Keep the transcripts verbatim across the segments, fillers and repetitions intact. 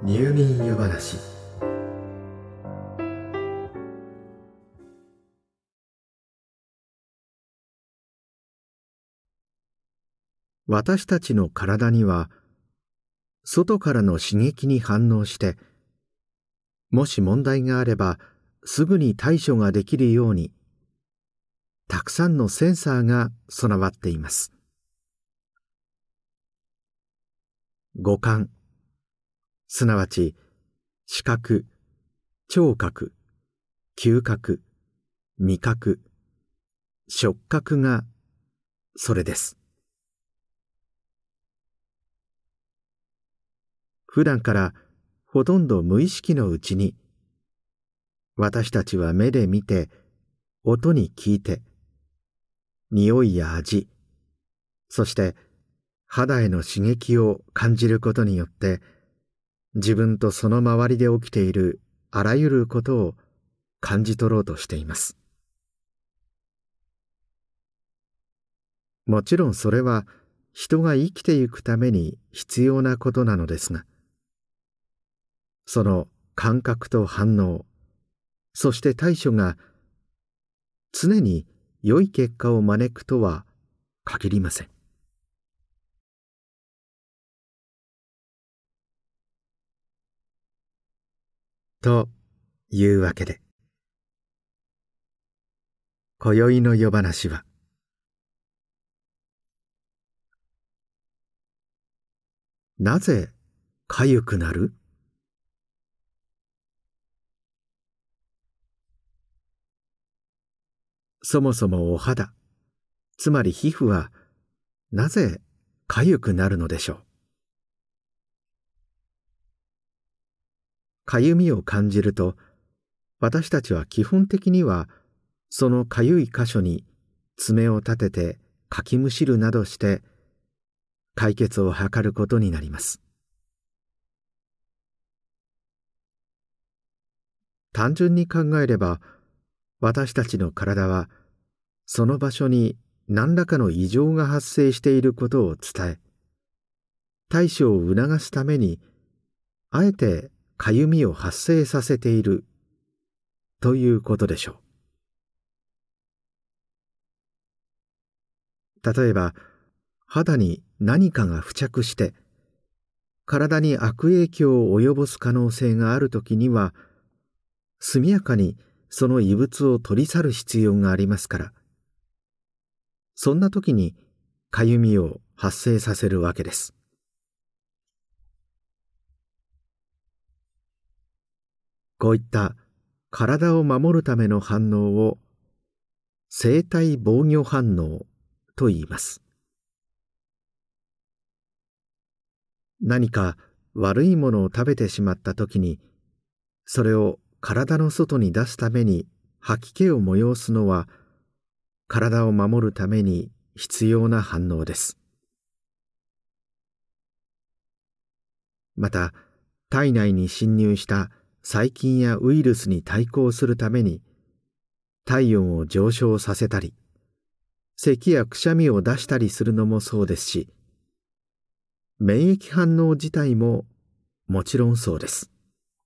入眠湯話。私たちの体には外からの刺激に反応して、もし問題があればすぐに対処ができるようにたくさんのセンサーが備わっています。五感、すなわち視覚、聴覚、嗅覚、味覚、触覚がそれです。普段からほとんど無意識のうちに、私たちは目で見て、音に聞いて、匂いや味、そして肌への刺激を感じることによって、自分とその周りで起きているあらゆることを感じ取ろうとしています。もちろんそれは人が生きていくために必要なことなのですが、その感覚と反応、そして対処が常に良い結果を招くとは限りません。というわけで、今宵の夜話は、なぜかゆくなる？そもそもお肌、つまり皮膚はなぜかゆくなるのでしょう。かゆみを感じると、私たちは基本的にはそのかゆい箇所に爪を立ててかきむしるなどして解決を図ることになります。単純に考えれば、私たちの体はその場所に何らかの異常が発生していることを伝え、対処を促すためにあえてかゆみを発生させているということでしょう。例えば、肌に何かが付着して体に悪影響を及ぼす可能性があるときには、速やかにその異物を取り去る必要がありますから、そんなときにかゆみを発生させるわけです。こういった体を守るための反応を生体防御反応と言います。何か悪いものを食べてしまったときに、それを体の外に出すために吐き気を催すのは、体を守るために必要な反応です。また、体内に侵入した細菌やウイルスに対抗するために、体温を上昇させたり、咳やくしゃみを出したりするのもそうですし、免疫反応自体ももちろんそうです。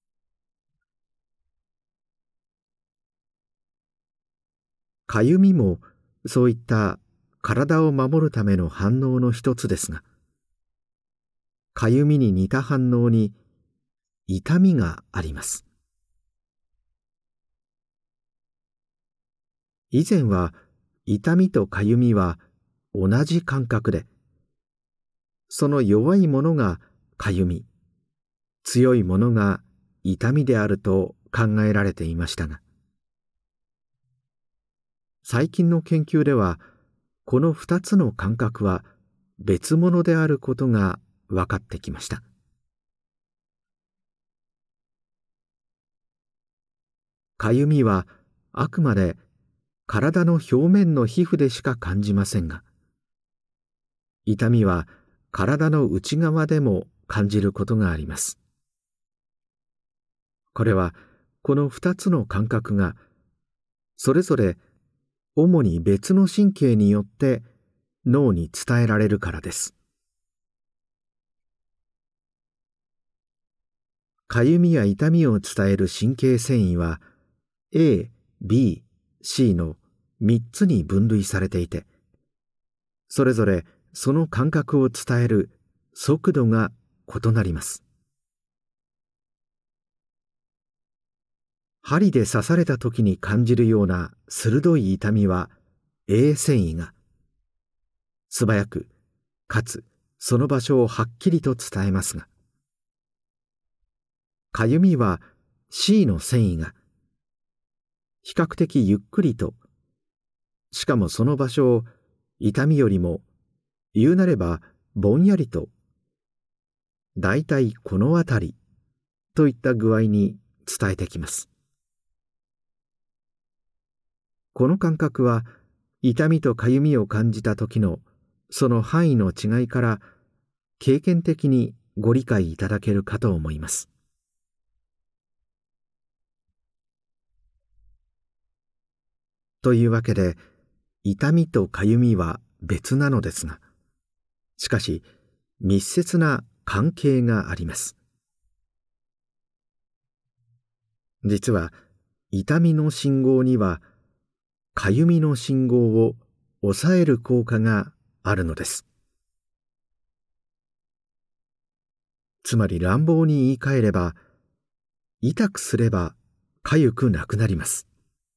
かゆみもそういった体を守るための反応の一つですが、かゆみに似た反応に痛みがあります。以前は痛みとかゆみは同じ感覚で、その弱いものがかゆみ、強いものが痛みであると考えられていましたが、最近の研究ではこの二つの感覚は別物であることが分かってきました。かゆみはあくまで体の表面の皮膚でしか感じませんが、痛みは体の内側でも感じることがあります。これはこの二つの感覚がそれぞれ主に別の神経によって脳に伝えられるからです。 かゆみや痛みを伝える神経線維は A、B、C のみっつに分類されていて、それぞれその感覚を伝える速度が異なります。針で刺された時に感じるような鋭い痛みは A 線維が、素早くかつその場所をはっきりと伝えますが、かゆみは C の線維が、比較的ゆっくりと、しかもその場所を痛みよりも言うなればぼんやりと、だいたいこのあたりといった具合に伝えてきます。この感覚は痛みとかゆみを感じた時のその範囲の違いから経験的にご理解いただけるかと思います。というわけで、痛みとかゆみは別なのですが、しかし密接な関係があります。実は痛みの信号にはかゆみの信号を抑える効果があるのです。つまり乱暴に言い換えれば、痛くすればかゆくなくなります。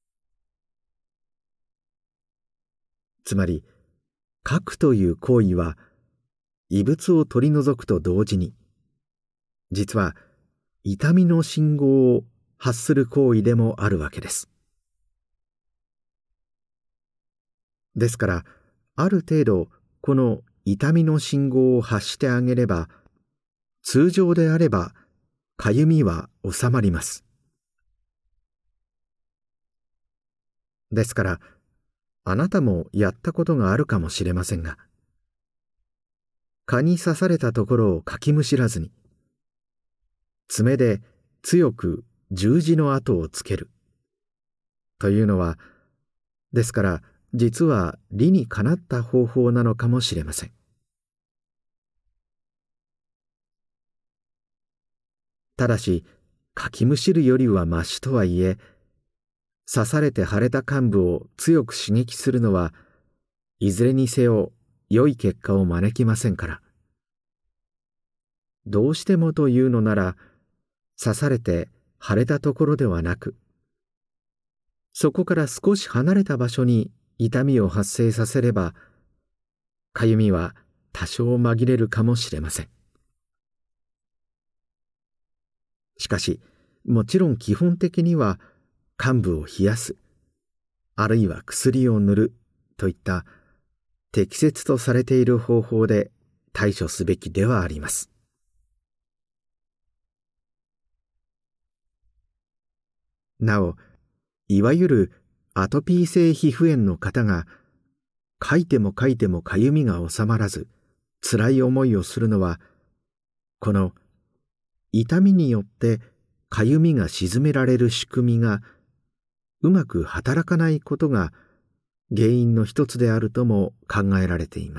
つまり、かくという行為は異物を取り除くと同時に、実は痛みの信号を発する行為でもあるわけです。ですから、ある程度この痛みの信号を発してあげれば、通常であればかゆみは収まります。ですから、あなたもやったことがあるかもしれませんが、蚊に刺されたところをかきむしらずに、爪で強く十字の跡をつけるというのは、ですから実は理にかなった方法なのかもしれません。ただし、かきむしるよりはましとはいえ、刺されて腫れた患部を強く刺激するのはいずれにせよ良い結果を招きませんから。どうしてもというのなら、刺されて腫れたところではなく、そこから少し離れた場所に痛みを発生させれば、かゆみは多少紛れるかもしれません。しかし、もちろん基本的には患部を冷やす、あるいは薬を塗るといった適切とされている方法で対処すべきではあります。なお、いわゆるアトピー性皮膚炎の方が、かいてもかいてもかゆみが収まらず、辛い思いをするのは、この痛みによってかゆみが鎮められる仕組みがうまく働かないことが原因の一つであるとも考えられています。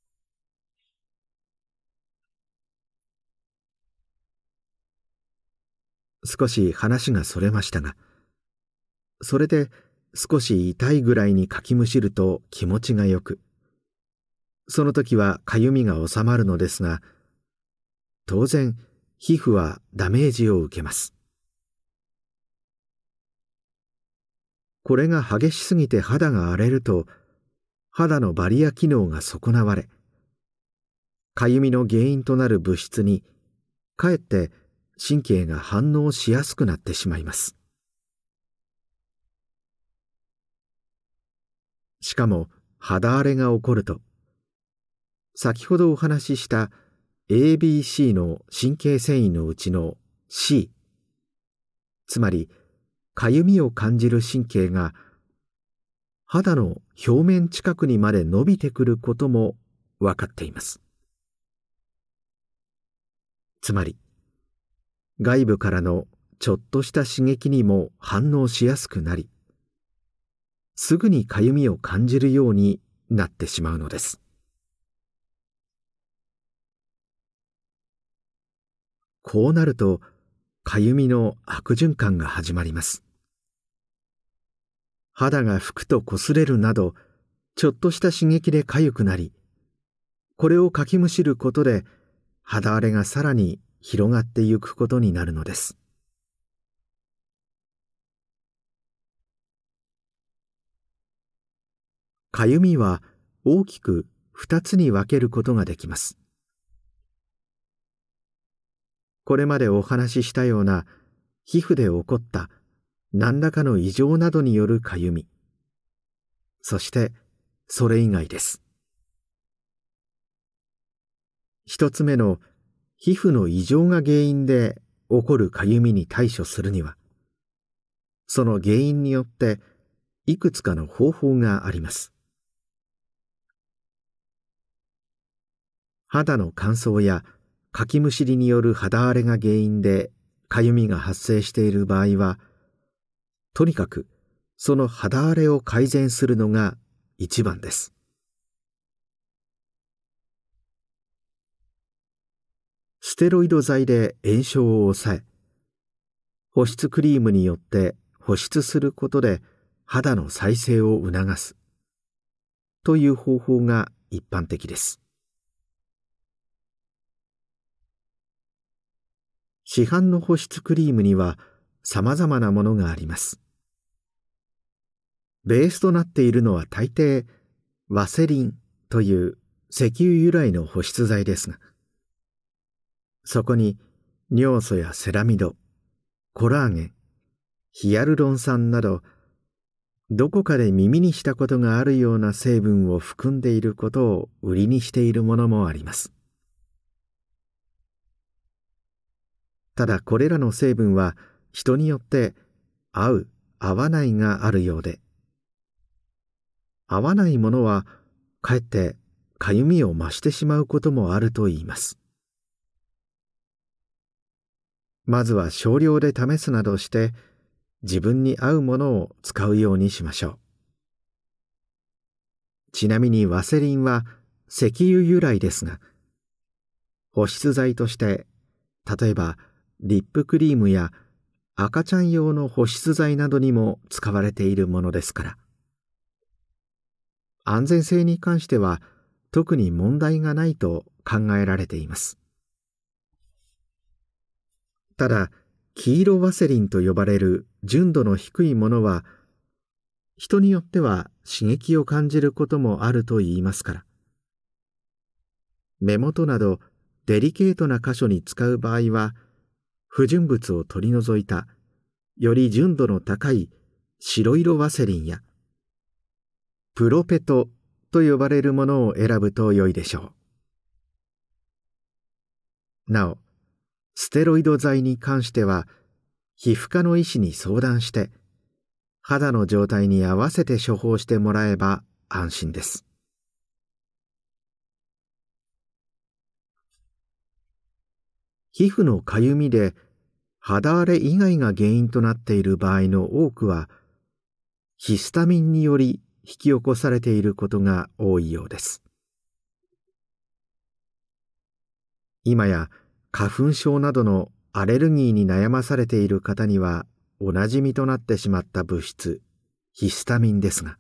少し話がそれましたが、それで少し痛いぐらいにかきむしると気持ちがよく、その時はかゆみが収まるのですが、当然皮膚はダメージを受けます。これが激しすぎて肌が荒れると、肌のバリア機能が損なわれ、かゆみの原因となる物質にかえって神経が反応しやすくなってしまいます。しかも肌荒れが起こると、先ほどお話しした エービーシー の神経線維のうちの C、 つまりかゆみを感じる神経が肌の表面近くにまで伸びてくることも分かっています。つまり外部からのちょっとした刺激にも反応しやすくなり、すぐにかゆみを感じるようになってしまうのです。こうなるとかゆみの悪循環が始まります。肌がふくと擦れるなど、ちょっとした刺激でかゆくなり、これをかきむしることで肌荒れがさらに広がってゆくことになるのです。かゆみは大きく二つに分けることができます。これまでお話ししたような皮膚で起こった何らかの異常などによるかゆみ、そしてそれ以外です。一つ目の皮膚の異常が原因で起こるかゆみに対処するには、その原因によっていくつかの方法があります。肌の乾燥やかきむしりによる肌荒れが原因でかゆみが発生している場合は、とにかくその肌荒れを改善するのが一番です。ステロイド剤で炎症を抑え、保湿クリームによって保湿することで肌の再生を促すという方法が一般的です。市販の保湿クリームには様々なものがあります。ベースとなっているのは大抵ワセリンという石油由来の保湿剤ですが、そこに尿素やセラミド、コラーゲン、ヒアルロン酸など、どこかで耳にしたことがあるような成分を含んでいることを売りにしているものもあります。ただこれらの成分は人によって合う合わないがあるようで、合わないものはかえってかゆみを増してしまうこともあるといいます。まずは少量で試すなどして自分に合うものを使うようにしましょう。ちなみにワセリンは石油由来ですが、保湿剤として例えばリップクリームや赤ちゃん用の保湿剤などにも使われているものですから、安全性に関しては特に問題がないと考えられています。ただ、黄色ワセリンと呼ばれる純度の低いものは、人によっては刺激を感じることもあるといいますから、目元などデリケートな箇所に使う場合は、不純物を取り除いたより純度の高い白色ワセリンやプロペトと呼ばれるものを選ぶと良いでしょう。なお、ステロイド剤に関しては皮膚科の医師に相談して肌の状態に合わせて処方してもらえば安心です。皮膚のかゆみで肌荒れ以外が原因となっている場合の多くはヒスタミンにより引き起こされていることが多いようです。今や花粉症などのアレルギーに悩まされている方にはおなじみとなってしまった物質ヒスタミンですが、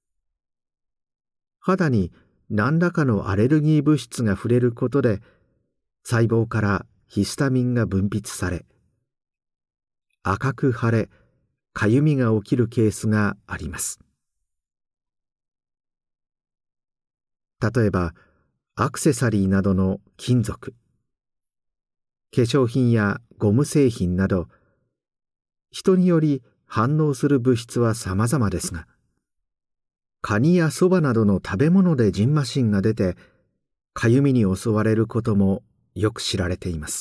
肌に何らかのアレルギー物質が触れることで細胞からヒスタミンが分泌され、赤く腫れ、かゆみが起きるケースがあります。例えばアクセサリーなどの金属、化粧品やゴム製品など、人により反応する物質は様々ですが、カニやそばなどの食べ物でジンマシンが出てかゆみに襲われることもよく知られています。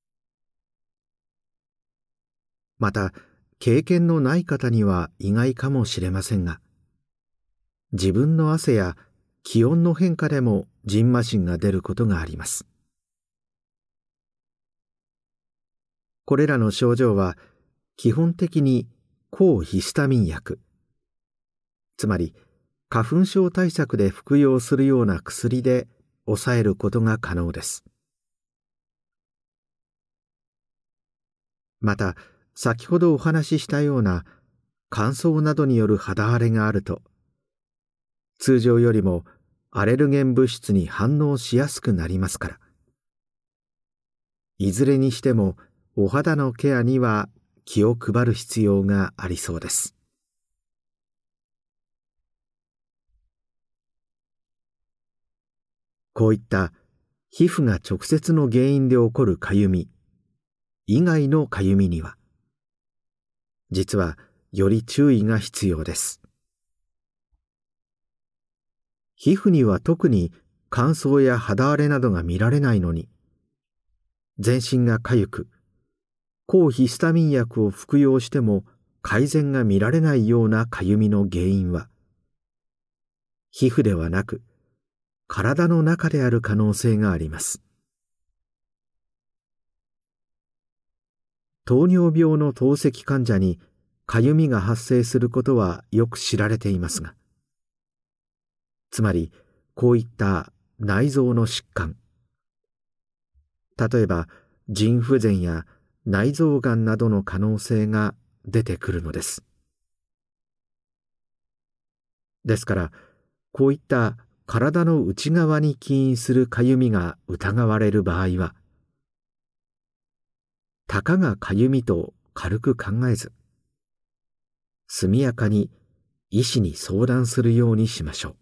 また経験のない方には意外かもしれませんが、自分の汗や気温の変化でもジンマシンが出ることがあります。これらの症状は基本的に抗ヒスタミン薬、つまり花粉症対策で服用するような薬で抑えることが可能です。 また先ほどお話ししたような乾燥などによる肌荒れがあると、通常よりもアレルゲン物質に反応しやすくなりますから、いずれにしてもお肌のケアには気を配る必要がありそうです。こういった皮膚が直接の原因で起こるかゆみ以外のかゆみには、実はより注意が必要です。皮膚には特に乾燥や肌荒れなどが見られないのに、全身がかゆく、抗ヒスタミン薬を服用しても改善が見られないようなかゆみの原因は、皮膚ではなく体の中である可能性があります。糖尿病の透析患者にかゆみが発生することはよく知られていますが、つまりこういった内臓の疾患、例えば腎不全や内臓がんなどの可能性が出てくるのです。ですから、こういった体の内側に起因するかゆみが疑われる場合は、たかがかゆみと軽く考えず、速やかに医師に相談するようにしましょ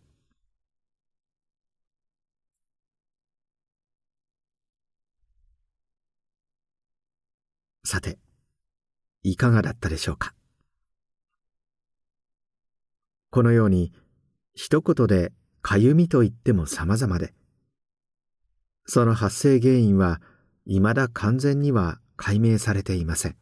う。さて、いかがだったでしょうか。このように一言でかゆみと言っても様々で、その発生原因は未だ完全には解明されていません。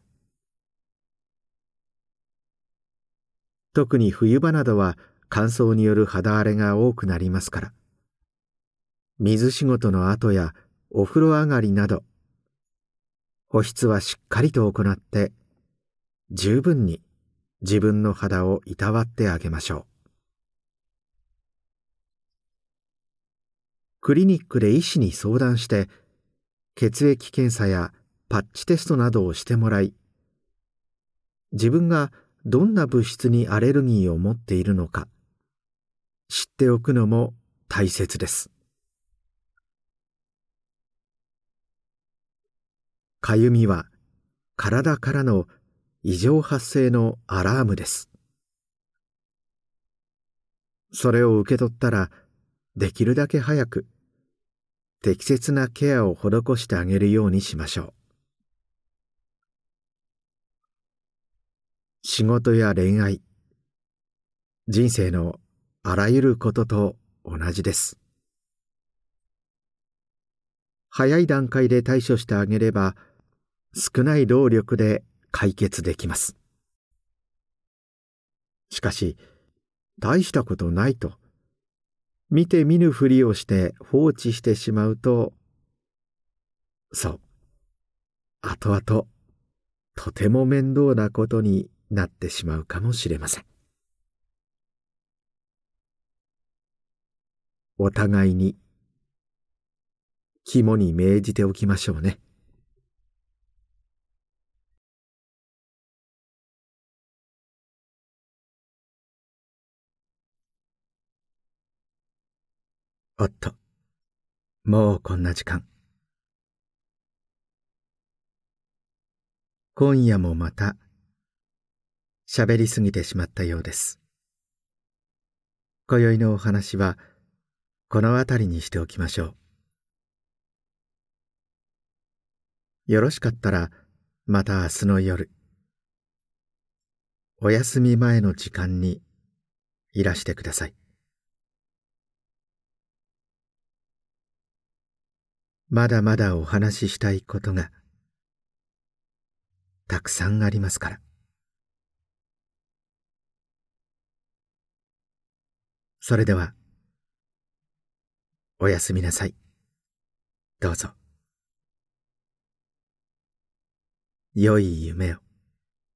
特に冬場などは乾燥による肌荒れが多くなりますから、水仕事の後やお風呂上がりなど、保湿はしっかりと行って、十分に自分の肌をいたわってあげましょう。クリニックで医師に相談して、血液検査やパッチテストなどをしてもらい、自分がどんな物質にアレルギーを持っているのか知っておくのも大切です。かゆみは体からの異常発生のアラームです。それを受け取ったら、できるだけ早く適切なケアを施してあげるようにしましょう。仕事や恋愛、人生のあらゆることと同じです。早い段階で対処してあげれば、少ない労力で解決できます。しかし、大したことないと、見て見ぬふりをして放置してしまうと、そう、後々、とても面倒なことになってしまうかもしれません。お互いに肝に銘じておきましょうね。おっと、もうこんな時間。今夜もまた喋りすぎてしまったようです。今宵のお話はこのあたりにしておきましょう。よろしかったらまた明日の夜、お休み前の時間にいらしてください。まだまだお話ししたいことがたくさんありますから。それではおやすみなさい。どうぞ。良い夢を。